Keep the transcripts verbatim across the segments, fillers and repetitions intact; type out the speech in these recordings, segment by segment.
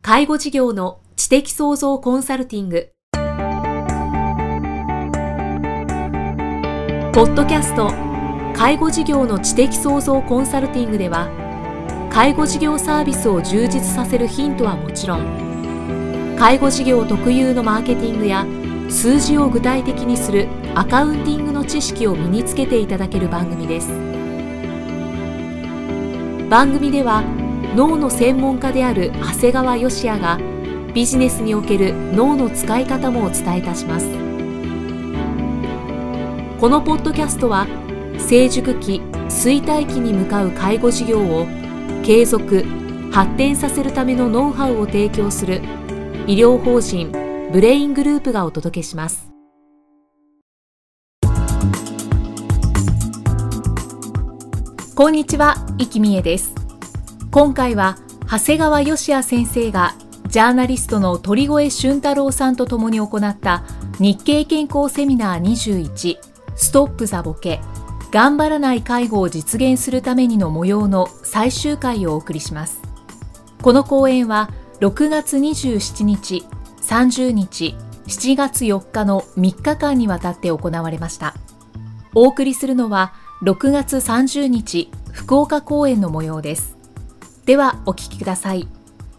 介護事業の知的創造コンサルティング。ポッドキャスト介護事業の知的創造コンサルティングでは、介護事業サービスを充実させるヒントはもちろん、介護事業特有のマーケティングや数字を具体的にするアカウンティングの知識を身につけていただける番組です。番組では脳の専門家である長谷川芳也がビジネスにおける脳の使い方もお伝えいたします。このポッドキャストは成熟期・衰退期に向かう介護事業を継続・発展させるためのノウハウを提供する医療法人ブレイングループがお届けします。こんにちは、生きみえです。今回は長谷川芳也先生がジャーナリストの鳥越俊太郎さんと共に行った日経健康セミナーにじゅういちストップ・ザ・ボケ頑張らない介護を実現するためにの模様の最終回をお送りします。この講演はろくがつにじゅうしちにち、さんじゅうにち、しちがつよっかのみっかかんにわたって行われました。お送りするのはろくがつさんじゅうにち福岡公演の模様です。ではお聞きください。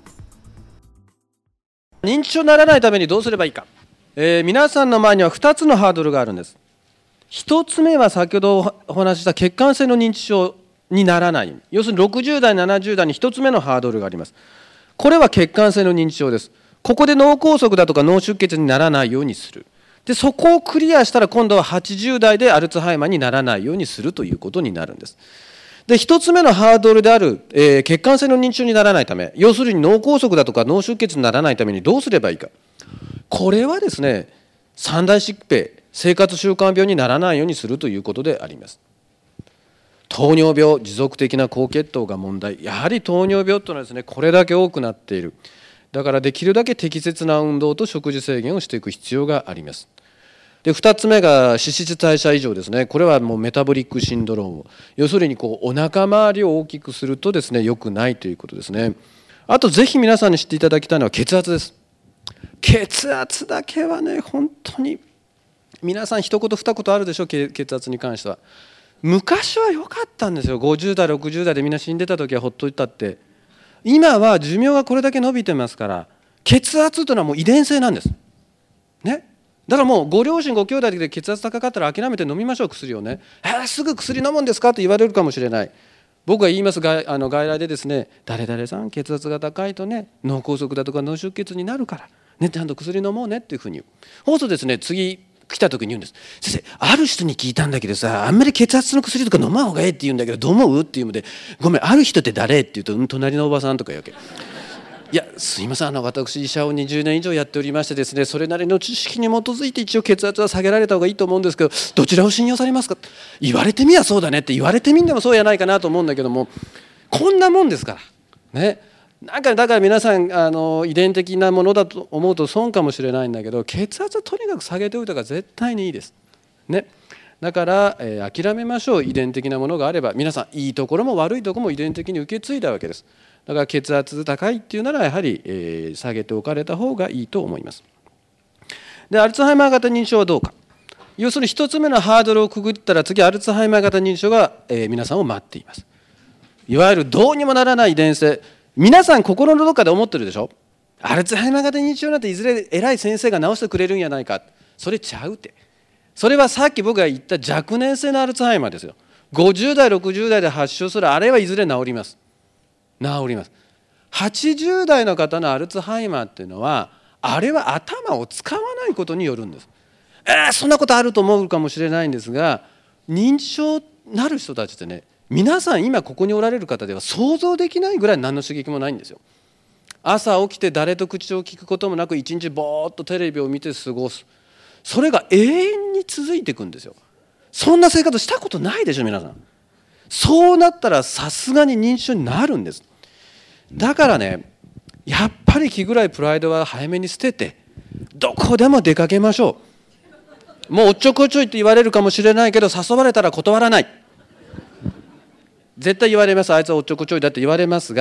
認知症にならないためにどうすればいいか、えー、皆さんの前にはふたつのハードルがあるんです。ひとつめは先ほどお話しした血管性の認知症にならないように、要するにろくじゅうだいななじゅうだいにひとつめのハードルがあります。これは血管性の認知症です。ここで脳梗塞だとか脳出血にならないようにする。でそこをクリアしたら今度ははちじゅうだいでアルツハイマーにならないようにするということになるんです。でひとつめのハードルである、えー、血管性の認知症にならないため、要するに脳梗塞だとか脳出血にならないためにどうすればいいか。これはですね、三大疾病、生活習慣病にならないようにするということであります。糖尿病、持続的な高血糖が問題。やはり糖尿病というのはですね、これだけ多くなっている。だからできるだけ適切な運動と食事制限をしていく必要があります。でふたつめが脂質代謝異常ですね。これはもうメタボリックシンドローム、要するにこうお腹周りを大きくするとですね、良くないということですね。あとぜひ皆さんに知っていただきたいのは血圧です。血圧だけはね、本当に皆さん一言二言あるでしょう。血圧に関しては昔は良かったんですよ。ごじゅうだいろくじゅうだいでみんな死んでた時はほっといたって、今は寿命がこれだけ伸びてますから、血圧というのはもう遺伝性なんですね。だからもうご両親ご兄弟で血圧高かったら諦めて飲みましょう、薬をね。えー、すぐ薬飲むんですかと言われるかもしれない。僕が言いますが、あの外来でですね、誰々さん血圧が高いとね、脳梗塞だとか脳出血になるから、ね、ちゃんと薬飲もうねっていうふうに言う。そうするとですね、次来た時に言うんです。先生、ある人に聞いたんだけどさ、あんまり血圧の薬とか飲まん方がええって言うんだけどどう思うって言うので、ごめん、ある人って誰って言うと、うん、隣のおばさんとか言うわけ。いや、すいません、あの私医者をにじゅうねん以上やっておりましてですね、それなりの知識に基づいて一応血圧は下げられた方がいいと思うんですけど、どちらを信用されますか。言われてみやそうだねって、言われてみんでもそうやないかなと思うんだけども、こんなもんですからね。なんかだから皆さんあの遺伝的なものだと思うと損かもしれないんだけど、血圧はとにかく下げておいた方が絶対にいいですね。だから、えー、諦めましょう。遺伝的なものがあれば、皆さんいいところも悪いところも遺伝的に受け継いだわけです。だから血圧高いっていうならやはり、えー、下げておかれた方がいいと思います。でアルツハイマー型認知症はどうか。要するにひとつめのハードルをくぐったら次アルツハイマー型認知症が、えー、皆さんを待っています。いわゆるどうにもならない遺伝性。皆さん心のどっかで思ってるでしょ。アルツハイマー型認知症なんていずれ偉い先生が治してくれるんやないか。それちゃうって。それはさっき僕が言った若年性のアルツハイマーですよ。ごじゅうだいろくじゅうだいで発症するあれはいずれ治ります。治ります。はちじゅうだいの方のアルツハイマーっていうのは、あれは頭を使わないことによるんです。えー、そんなことあると思うかもしれないんですが、認知症になる人たちってね、皆さん今ここにおられる方では想像できないぐらい何の刺激もないんですよ。朝起きて誰と口を聞くこともなく一日ぼーっとテレビを見て過ごす。それが永遠に続いていくんですよ。そんな生活したことないでしょ皆さん。そうなったらさすがに認知症になるんです。だからね、やっぱり気ぐらいプライドは早めに捨てて、どこでも出かけましょう。もうおっちょこちょいって言われるかもしれないけど、誘われたら断らない。絶対言われます。あいつはおっちょこちょいだって言われますが、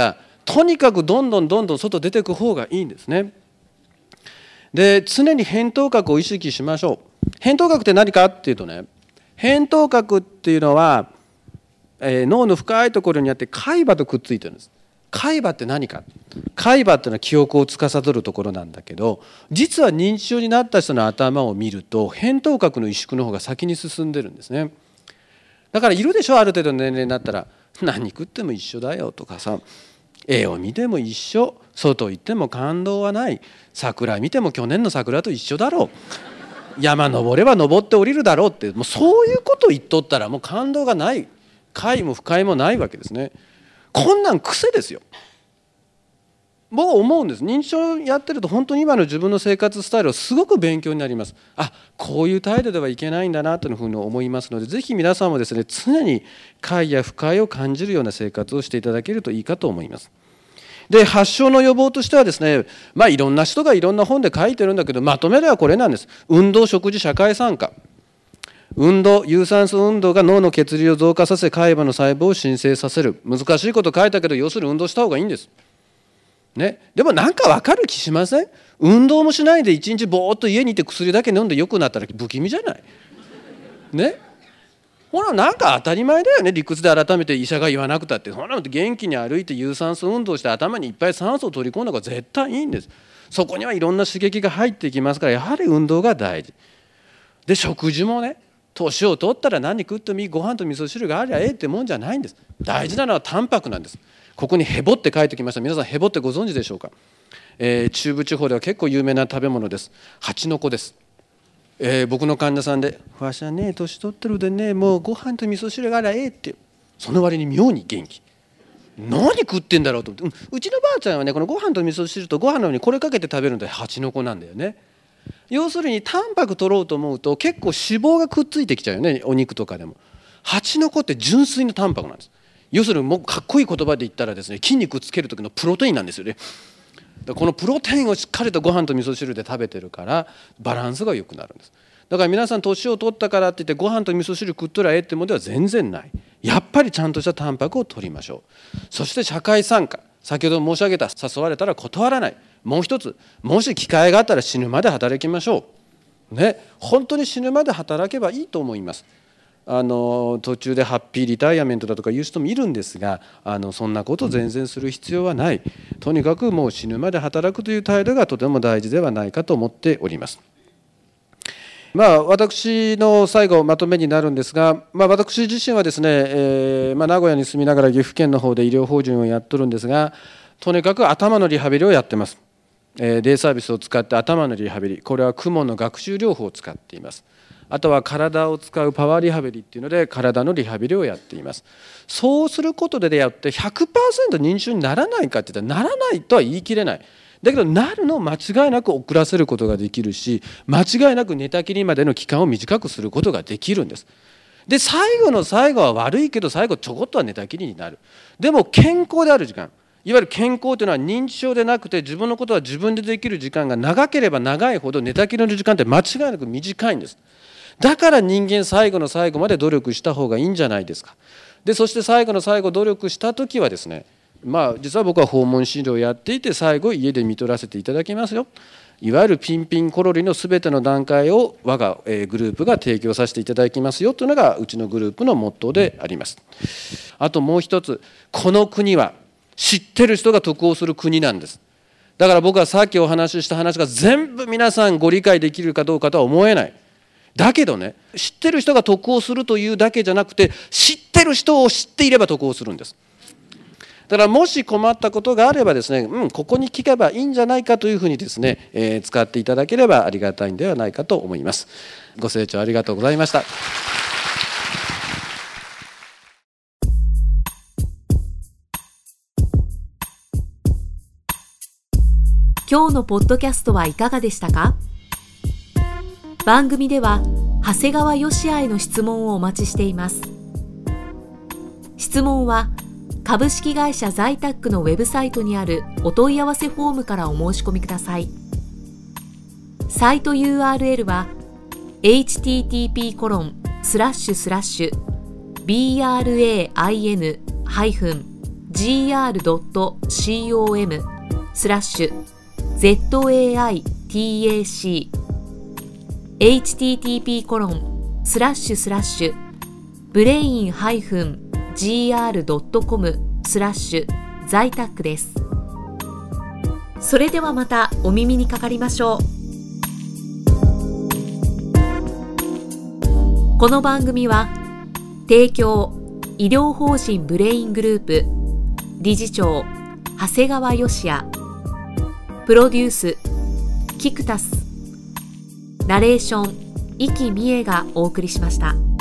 とにかくどんどんどんどん外出ていく方がいいんですね。で、常に扁桃核を意識しましょう。扁桃核って何かっていうとね、扁桃核っていうのは、えー、脳の深いところにあって海馬とくっついてるんです。海馬って何か。海馬っていうのは記憶を司るところなんだけど、実は認知症になった人の頭を見ると扁桃核の萎縮の方が先に進んでるんですね。だからいるでしょ、ある程度の年齢になったら。何食っても一緒だよとかさ、絵を見ても一緒、外行っても感動はない、桜見ても去年の桜と一緒だろう、山登れば登って降りるだろうって、もうそういうことを言っとったらもう感動がない、快も不快もないわけですね。こんなん癖ですよ。僕は思うんです。認知症やってると本当に今の自分の生活スタイルはすごく勉強になります。あ、こういう態度ではいけないんだなというふうに思いますので、ぜひ皆さんもですね、常に快や不快を感じるような生活をしていただけるといいかと思います。で、発症の予防としてはですね、まあいろんな人がいろんな本で書いてるんだけど、まとめればこれなんです。運動、食事、社会参加。運動、有酸素運動が脳の血流を増加させ、海馬の細胞を新生させる。難しいこと書いたけど、要するに運動した方がいいんです。ね、でもなんか分かる気しません？運動もしないで一日ぼーっと家にいて薬だけ飲んで良くなったら不気味じゃない？ね、ほらなんか当たり前だよね。理屈で改めて医者が言わなくたって、ほら元気に歩いて有酸素運動して頭にいっぱい酸素を取り込んだ方が絶対いいんです。そこにはいろんな刺激が入ってきますから、やはり運動が大事で、食事もね、年を取ったら何食ってもいい、ご飯と味噌汁がありゃええってもんじゃないんです。大事なのはタンパクなんです。ここにヘボって書いてきました。皆さんヘボってご存知でしょうか？えー、中部地方では結構有名な食べ物です。蜂の子です。えー、僕の患者さんで、わしはね年取ってるでね、もうご飯と味噌汁があらええって、その割に妙に元気。何食ってんだろうと思って、うん、うちのばあちゃんはね、このご飯と味噌汁とご飯の上にこれかけて食べるので蜂の子なんだよね。要するにタンパク取ろうと思うと結構脂肪がくっついてきちゃうよね、お肉とかでも。蜂の子って純粋なタンパクなんです。要するにもうかっこいい言葉で言ったらですね、筋肉つける時のプロテインなんですよね。このプロテインをしっかりとご飯と味噌汁で食べてるからバランスが良くなるんです。だから皆さん年を取ったからって言ってご飯と味噌汁食っとらええってものでは全然ない。やっぱりちゃんとしたタンパクを取りましょう。そして社会参加、先ほど申し上げた誘われたら断らない。もう一つ、もし機会があったら死ぬまで働きましょうね。本当に死ぬまで働けばいいと思います。あの途中でハッピーリタイアメントだとか言う人もいるんですが、あのそんなこと全然する必要はない。とにかくもう死ぬまで働くという態度がとても大事ではないかと思っております。まあ、私の最後まとめになるんですが、まあ、私自身はですね、えーまあ、名古屋に住みながら岐阜県の方で医療法人をやっとるんですが、とにかく頭のリハビリをやってます。えー、デイサービスを使って頭のリハビリ、これはクモの学習療法を使っています。あとは体を使うパワーリハビリっていうので体のリハビリをやっています。そうすることで出会って ひゃくパーセント 認知症にならないかって言ったらならないとは言い切れない。だけどなるのを間違いなく遅らせることができるし、間違いなく寝たきりまでの期間を短くすることができるんです。で、最後の最後は悪いけど最後ちょこっとは寝たきりになる。でも健康である時間、いわゆる健康というのは認知症でなくて自分のことは自分でできる時間が長ければ長いほど寝たきりの時間って間違いなく短いんです。だから人間最後の最後まで努力した方がいいんじゃないですか。で、そして最後の最後努力した時はですね、まあ実は僕は訪問診療をやっていて最後家で見取らせていただきますよ。いわゆるピンピンコロリのすべての段階を我がグループが提供させていただきますよというのがうちのグループのモットーであります。あともう一つ、この国は知ってる人が得をする国なんです。だから僕はさっきお話しした話が全部皆さんご理解できるかどうかとは思えない。だけどね、知ってる人が得をするというだけじゃなくて、知ってる人を知っていれば得をするんです。だからもし困ったことがあればですね、うん、ここに聞けばいいんじゃないかというふうにですね、えー、使っていただければありがたいんではないかと思います。ご清聴ありがとうございました。 今日のポッドキャストはいかがでしたか？番組では長谷川芳也への質問をお待ちしています。質問は株式会社ザイタックのウェブサイトにあるお問い合わせフォームからお申し込みください。サイト ユーアールエル は エイチティーティーピーコロンスラッシュスラッシュビーアールエーアイエヌダッシュジーアールドットコム スラッシュ ゼットエーアイティーエーシー エイチティーティーピー コロンスラッシュスラッシュブレイン ジーアールドットコム スラッシュ在宅です。それではまたお耳にかかりましょう。この番組は提供医療法人ブレイングループ理事長長谷川芳也、プロデュースキクタス、ナレーション生きみえがお送りしました。